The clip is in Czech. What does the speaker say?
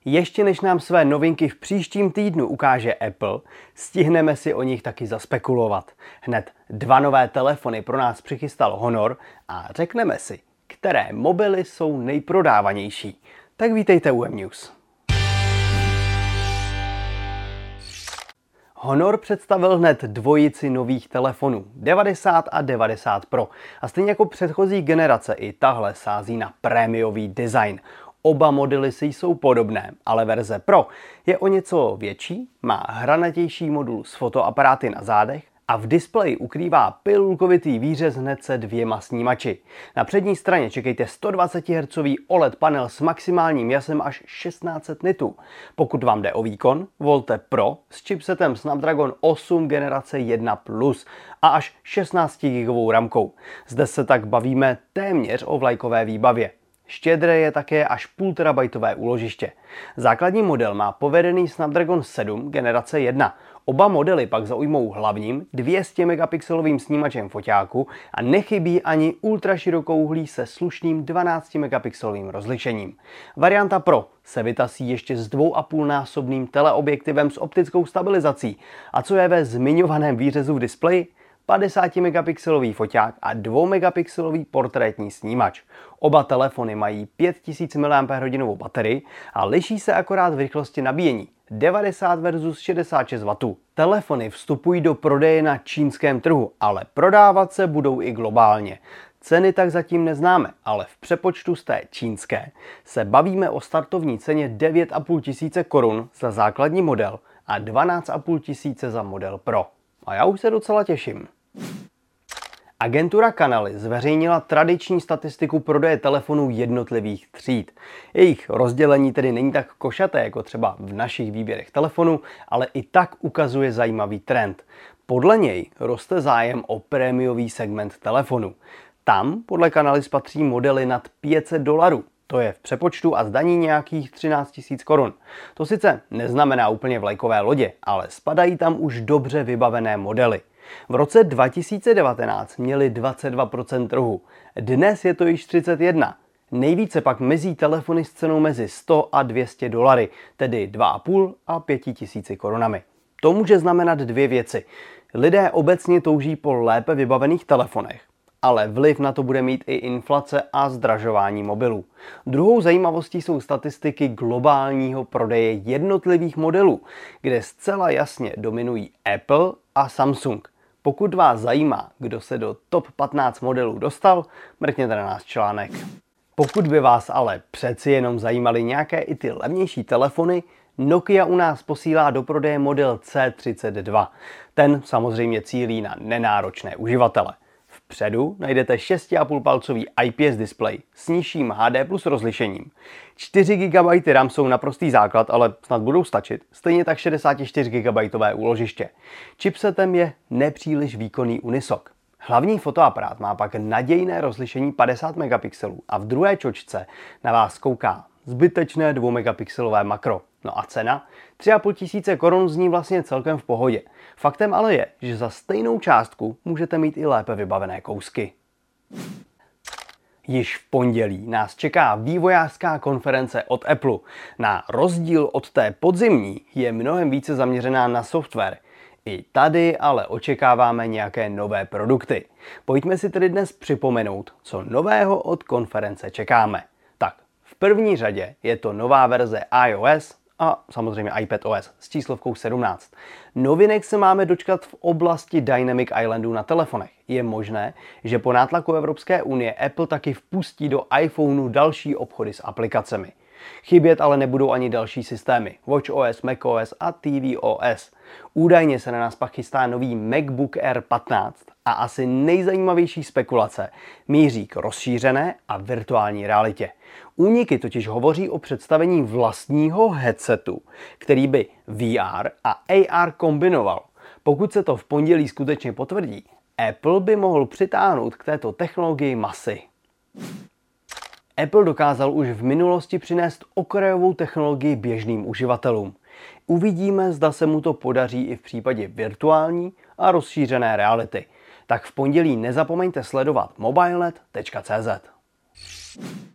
Ještě než nám své novinky v příštím týdnu ukáže Apple, stihneme si o nich taky zaspekulovat. Hned 2 nové telefony pro nás přichystal Honor a řekneme si, které mobily jsou nejprodávanější. Tak vítejte u M-News. Honor představil hned dvojici nových telefonů, 90 a 90 Pro. A stejně jako předchozí generace, i tahle sází na prémiový design. Oba modely si jsou podobné, ale verze Pro je o něco větší, má hranatější modul s fotoaparáty na zádech a v displeji ukrývá pilulkovitý výřez hned se 2 snímači. Na přední straně čekejte 120 Hz OLED panel s maximálním jasem až 1600 nitů. Pokud vám jde o výkon, volte Pro s chipsetem Snapdragon 8 generace 1+ a až 16 GB ramkou. Zde se tak bavíme téměř o vlajkové výbavě. Štědré je také až 1,5 TB úložiště. Základní model má povedený Snapdragon 7 generace 1. Oba modely pak zaujmou hlavním 200 megapixelovým snímačem foťáku a nechybí ani ultraširokouhlý se slušným 12 megapixelovým rozlišením. Varianta Pro se vytasí ještě s 2,5násobným teleobjektivem s optickou stabilizací. A co je ve zmiňovaném výřezu v displeji? 50 megapixelový foťák a 2 megapixelový portrétní snímač. Oba telefony mají 5000 mAh baterii a liší se akorát v rychlosti nabíjení 90 versus 66 W. Telefony vstupují do prodeje na čínském trhu, ale prodávat se budou i globálně. Ceny tak zatím neznáme, ale v přepočtu z té čínské se bavíme o startovní ceně 9,5 korun za základní model a 12,5 za model Pro. A já už se docela těším. Agentura Canalys zveřejnila tradiční statistiku prodeje telefonů jednotlivých tříd. Jejich rozdělení tedy není tak košaté jako třeba v našich výběrech telefonů, ale i tak ukazuje zajímavý trend. Podle něj roste zájem o prémiový segment telefonů. Tam podle Canalys patří modely nad $500. To je v přepočtu a zdaní nějakých 13 000 korun. To sice neznamená úplně vlajkové lodě, ale spadají tam už dobře vybavené modely. V roce 2019 měli 22% trhu, dnes je to již 31%. Nejvíce pak mizí telefony s cenou mezi $100 a $200, tedy 2,5 a 5 000 korunami. To může znamenat 2 věci. Lidé obecně touží po lépe vybavených telefonech, ale vliv na to bude mít i inflace a zdražování mobilů. Druhou zajímavostí jsou statistiky globálního prodeje jednotlivých modelů, kde zcela jasně dominují Apple a Samsung. Pokud vás zajímá, kdo se do top 15 modelů dostal, mrkněte na náš článek. Pokud by vás ale přeci jenom zajímaly nějaké i ty levnější telefony, Nokia u nás posílá do prodeje model C32. Ten samozřejmě cílí na nenáročné uživatele. Vpředu najdete 6,5-palcový IPS displej s nižším HD plus rozlišením. 4 GB RAM jsou naprostý základ, ale snad budou stačit. Stejně tak 64 GB úložiště. Chipsetem je nepříliš výkonný Unisoc. Hlavní fotoaparát má pak nadějné rozlišení 50 megapixelů a v druhé čočce na vás kouká zbytečné 2 megapixelové makro. No a cena? 3,5 korun zní vlastně celkem v pohodě. Faktem ale je, že za stejnou částku můžete mít i lépe vybavené kousky. Již v pondělí nás čeká vývojářská konference od Apple. Na rozdíl od té podzimní je mnohem více zaměřená na software. I tady ale očekáváme nějaké nové produkty. Pojďme si tedy dnes připomenout, co nového od konference čekáme. Tak, v první řadě je to nová verze iOS a samozřejmě iPadOS s číslovkou 17. Novinek se máme dočkat v oblasti Dynamic Islandu na telefonech. Je možné, že po nátlaku Evropské unie Apple taky vpustí do iPhoneu další obchody s aplikacemi. Chybět ale nebudou ani další systémy, watchOS, macOS a tvOS. Údajně se na nás pak chystá nový MacBook Air 15 a asi nejzajímavější spekulace míří k rozšířené a virtuální realitě. Úniky totiž hovoří o představení vlastního headsetu, který by VR a AR kombinoval. Pokud se to v pondělí skutečně potvrdí, Apple by mohl přitáhnout k této technologii masy. Apple dokázal už v minulosti přinést okrajovou technologii běžným uživatelům. Uvidíme, zda se mu to podaří i v případě virtuální a rozšířené reality. Tak v pondělí nezapomeňte sledovat mobilenet.cz.